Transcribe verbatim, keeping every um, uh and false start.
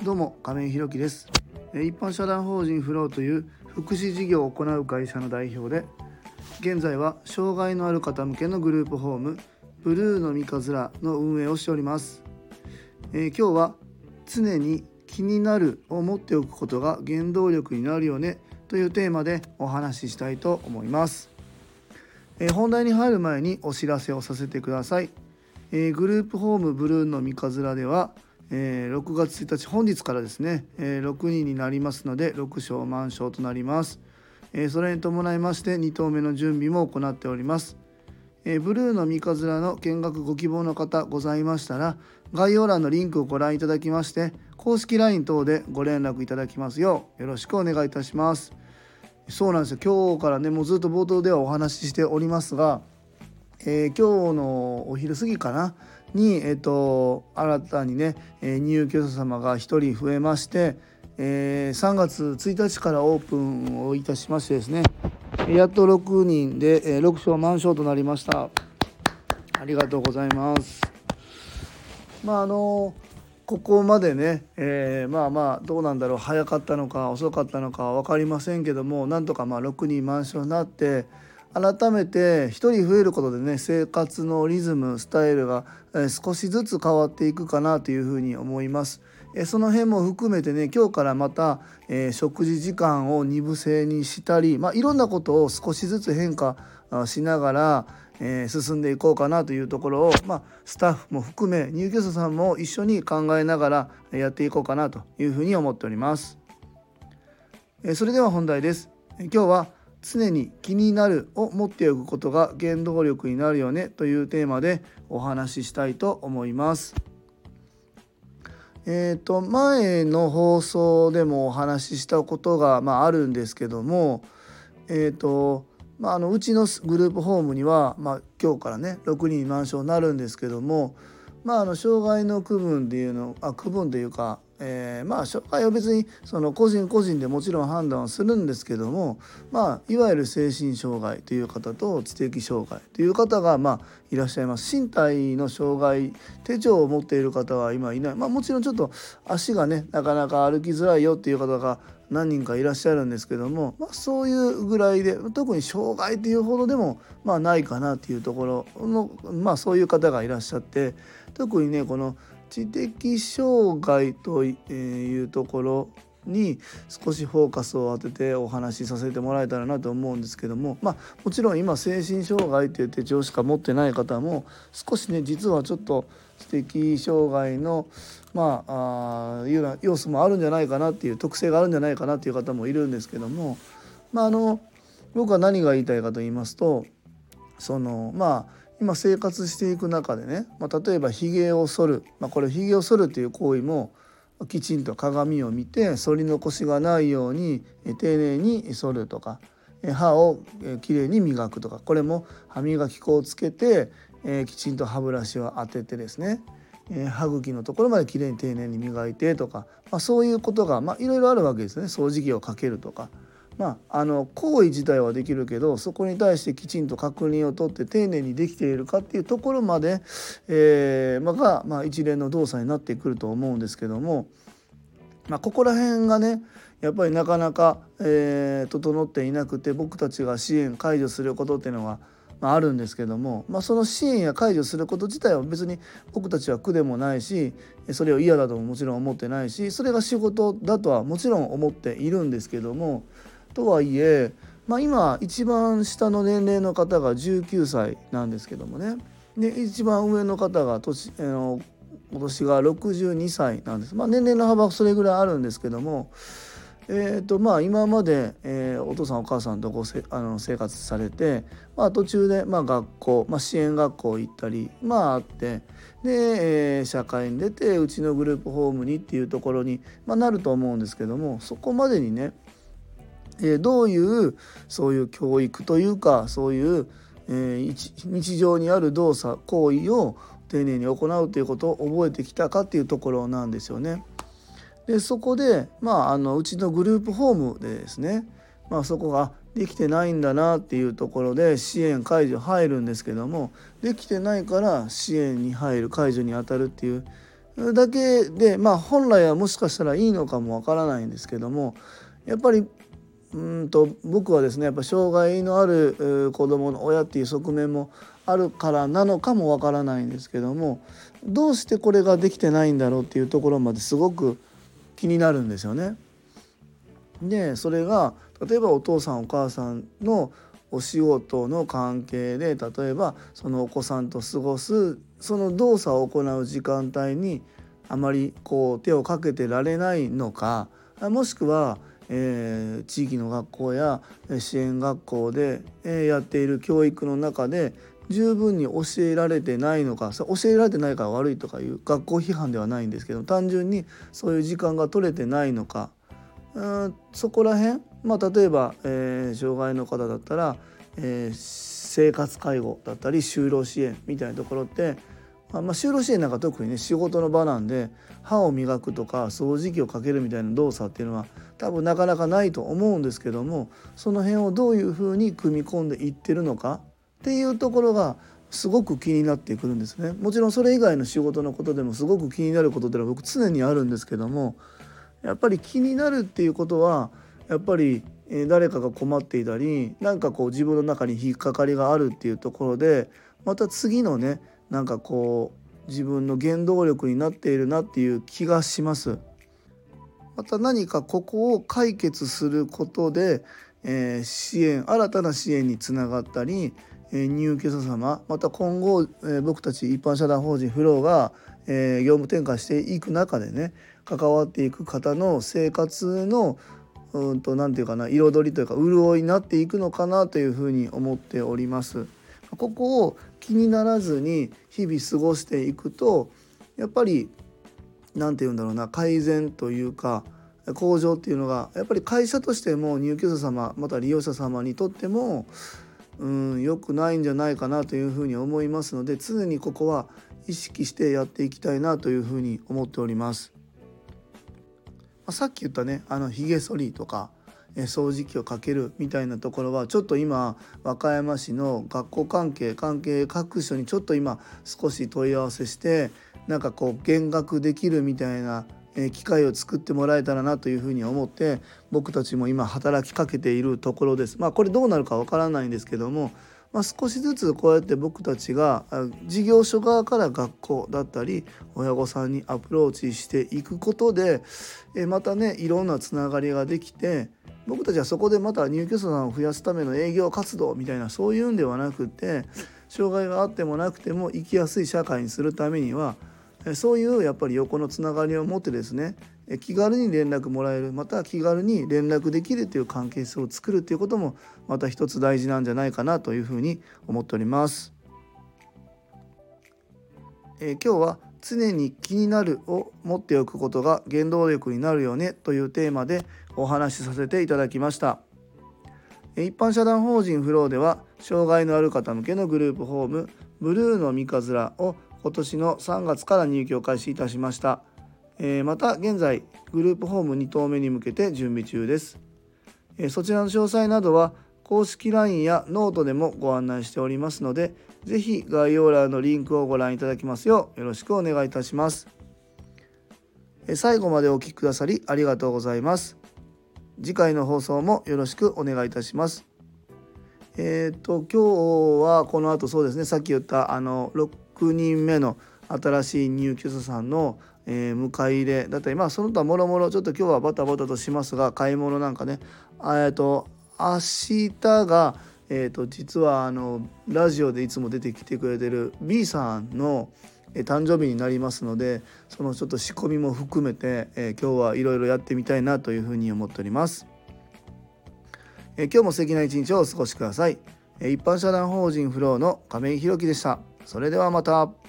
どうも亀井弘樹です。一般社団法人フローという福祉事業を行う会社の代表で、現在は障害のある方向けのグループホームブルーの三日面の運営をしております。えー、今日は常に気になるを持っておくことが原動力になるよねというテーマでお話ししたいと思います。えー、本題に入る前にお知らせをさせてください。えー、グループホームブルーの三日面では、えー、ろくがつついたち本日からですね、えー、ろくにんになりますのでろくしょう満床となります。えー、それに伴いましてに棟目の準備も行っております。えー、ブルーの三日面の見学ご希望の方ございましたら、概要欄のリンクをご覧いただきまして公式 ライン 等でご連絡いただきますようよろしくお願いいたします。そうなんですよ、今日からねもうずっと冒頭ではお話ししておりますが、えー、今日のお昼過ぎかなに、えー、と新たにね、えー、入居者様がひとり増えまして、えー、さんがつついたちからオープンをいたしましてですね、やっとろくにんで、えー、ろくしょう満床となりました。ありがとうございます。まああのここまでね、えー、まあまあどうなんだろう、早かったのか遅かったのか分かりませんけども、なんとかまあろくにん満床になって改めてひとり増えることでね、生活のリズムスタイルが少しずつ変わっていくかなというふうに思います。その辺も含めてね、今日からまた、えー、食事時間をにぶ制にしたり、まあ、いろんなことを少しずつ変化しながら、えー、進んでいこうかなというところを、まあ、スタッフも含め入居者さんも一緒に考えながらやっていこうかなというふうに思っております。えー、それでは本題です。今日は常に気になるを持っておくことが原動力になるよねというテーマでお話ししたいと思います。えーと前の放送でもお話ししたことが、まあ、あるんですけども、えーとまあ、あのうちのグループホームには、まあ、今日からねろくにん満床になるんですけども、まあ、あの障害の区分っていうのあ区分というか、えー、まあ障害は別にその個人個人でもちろん判断はするんですけども、まあ、いわゆる精神障害という方と知的障害という方がまあいらっしゃいます。身体の障害手帳を持っている方は今いない、まあ、もちろんちょっと足がねなかなか歩きづらいよっていう方が何人かいらっしゃるんですけども、まあ、そういうぐらいで特に障害っていうほどでもまあないかなっていうところの、まあ、そういう方がいらっしゃって、特にねこの知的障害というところに少しフォーカスを当ててお話しさせてもらえたらなと思うんですけども、まあもちろん今精神障害っていう手帳しか持ってない方も少しね実はちょっと知的障害のまああいうような要素もあるんじゃないかなっていう特性があるんじゃないかなっていう方もいるんですけども、まああの僕は何が言いたいかと言いますと、そのまあ今生活していく中でね、まあ、例えばひげを剃る、まあ、これひげを剃るっていう行為もきちんと鏡を見て剃り残しがないように丁寧に剃るとか、歯をきれいに磨くとか、これも歯磨き粉をつけてきちんと歯ブラシを当ててですね、歯茎のところまできれいに丁寧に磨いてとか、まあ、そういうことがまあいろいろあるわけですね。掃除機をかけるとか、まあ、あの行為自体はできるけど、そこに対してきちんと確認を取って丁寧にできているかっていうところまで、えーまあ、が、まあ、一連の動作になってくると思うんですけども、まあ、ここら辺がねやっぱりなかなか、えー、整っていなくて、僕たちが支援解除することっていうのは、まあ、あるんですけども、まあ、その支援や解除すること自体は別に僕たちは苦でもないし、それを嫌だとももちろん思ってないし、それが仕事だとはもちろん思っているんですけども、とはいえ、まあ、今一番下の年齢の方がじゅうきゅうさいなんですけどもね、で一番上の方が年あの今年がろくじゅうにさいなんです。まあ、年齢の幅はそれぐらいあるんですけども、えーとまあ、今まで、えー、お父さんお母さんとごせあの生活されて、まあ、途中で、まあ、学校、まあ、支援学校行ったり、まあ、あってで、えー、社会に出てうちのグループホームにっていうところに、まあ、なると思うんですけども、そこまでにねえー、どういうそういう教育というか、そういう、えー、日常にある動作行為を丁寧に行うということを覚えてきたかっていうところなんですよね。でそこで、まあ、あのうちのグループホームでですね、まあ、そこができてないんだなっていうところで支援解除入るんですけども、できてないから支援に入る解除に当たるっていうだけで、まあ本来はもしかしたらいいのかもわからないんですけども、やっぱりうんと僕はですね、やっぱ障害のある子どもの親っていう側面もあるからなのかもわからないんですけども、どうしてこれができてないんだろうっていうところまですごく気になるんですよね。でそれが例えばお父さんお母さんのお仕事の関係で、例えばそのお子さんと過ごすその動作を行う時間帯にあまりこう手をかけてられないのか、もしくは、えー、地域の学校や支援学校で、えー、やっている教育の中で十分に教えられてないのか、教えられてないから悪いとかいう学校批判ではないんですけど、単純にそういう時間が取れてないのか、うんそこら辺、まあ、例えば、えー、障害の方だったら、えー、生活介護だったり就労支援みたいなところって、まあ、まあ就労支援なんか特にね仕事の場なんで、歯を磨くとか掃除機をかけるみたいな動作っていうのは多分なかなかないと思うんですけども、その辺をどういうふうに組み込んでいってるのかっていうところがすごく気になってくるんですね。もちろんそれ以外の仕事のことでもすごく気になることってのは僕常にあるんですけども、やっぱり気になるっていうことはやっぱり誰かが困っていたり、なんかこう自分の中に引っかかりがあるっていうところで、また次のねなんかこう自分の原動力になっているなっていう気がします。また何かここを解決することで、えー、支援新たな支援につながったり、えー、入居者様、また今後、えー、僕たち一般社団法人フローが、えー、業務転換していく中でね、関わっていく方の生活のうんとなんていうかな、彩りというか潤いになっていくのかなというふうに思っております。ここを気にならずに日々過ごしていくと、やっぱりなんていうんだろうな、改善というか向上っていうのがやっぱり会社としても入居者様また利用者様にとってもうん良くないんじゃないかなというふうに思いますので、常にここは意識してやっていきたいなというふうに思っております。さっき言ったね、あのひげ剃りとか掃除機をかけるみたいなところはちょっと今和歌山市の学校関係関係各所にちょっと今少し問い合わせして、なんかこう減額できるみたいな機会を作ってもらえたらなというふうに思って、僕たちも今働きかけているところです。まあこれどうなるかわからないんですけども、まあ、少しずつこうやって僕たちが事業所側から学校だったり親御さんにアプローチしていくことで、またねいろんなつながりができて、僕たちはそこでまた入居者さんを増やすための営業活動みたいなそういうんではなくて、障害があってもなくても生きやすい社会にするためにはそういうやっぱり横のつながりを持ってですね、気軽に連絡もらえる、また気軽に連絡できるという関係性を作るということもまた一つ大事なんじゃないかなというふうに思っております。えー、今日は常に気になるを持っておくことが原動力になるよねというテーマでお話しさせていただきました。一般社団法人フローでは障害のある方向けのグループホームブルーの三日面を今年のさんがつから入居開始いたしました。えー、また現在グループホームに棟目に向けて準備中です。えー、そちらの詳細などは公式 ライン やノートでもご案内しておりますので、ぜひ概要欄のリンクをご覧いただきますようよろしくお願いいたします。えー、最後までお聞きくださりありがとうございます。次回の放送もよろしくお願いいたします。えっ、ー、と今日はこの後そうですね、さっき言ったあのろくにんめの新しい入居者さんの、えー、迎え入れだったり、まあその他もろもろちょっと今日はバタバタとしますが、買い物なんかね、えっと明日がえっと実はあのラジオでいつも出てきてくれてる B さんの誕生日になりますので、そのちょっと仕込みも含めて、えー、今日はいろいろやってみたいなというふうに思っております。えー、今日も素敵な一日をお過ごしください。えー、一般社団法人フローの亀井宏樹でした。それではまた。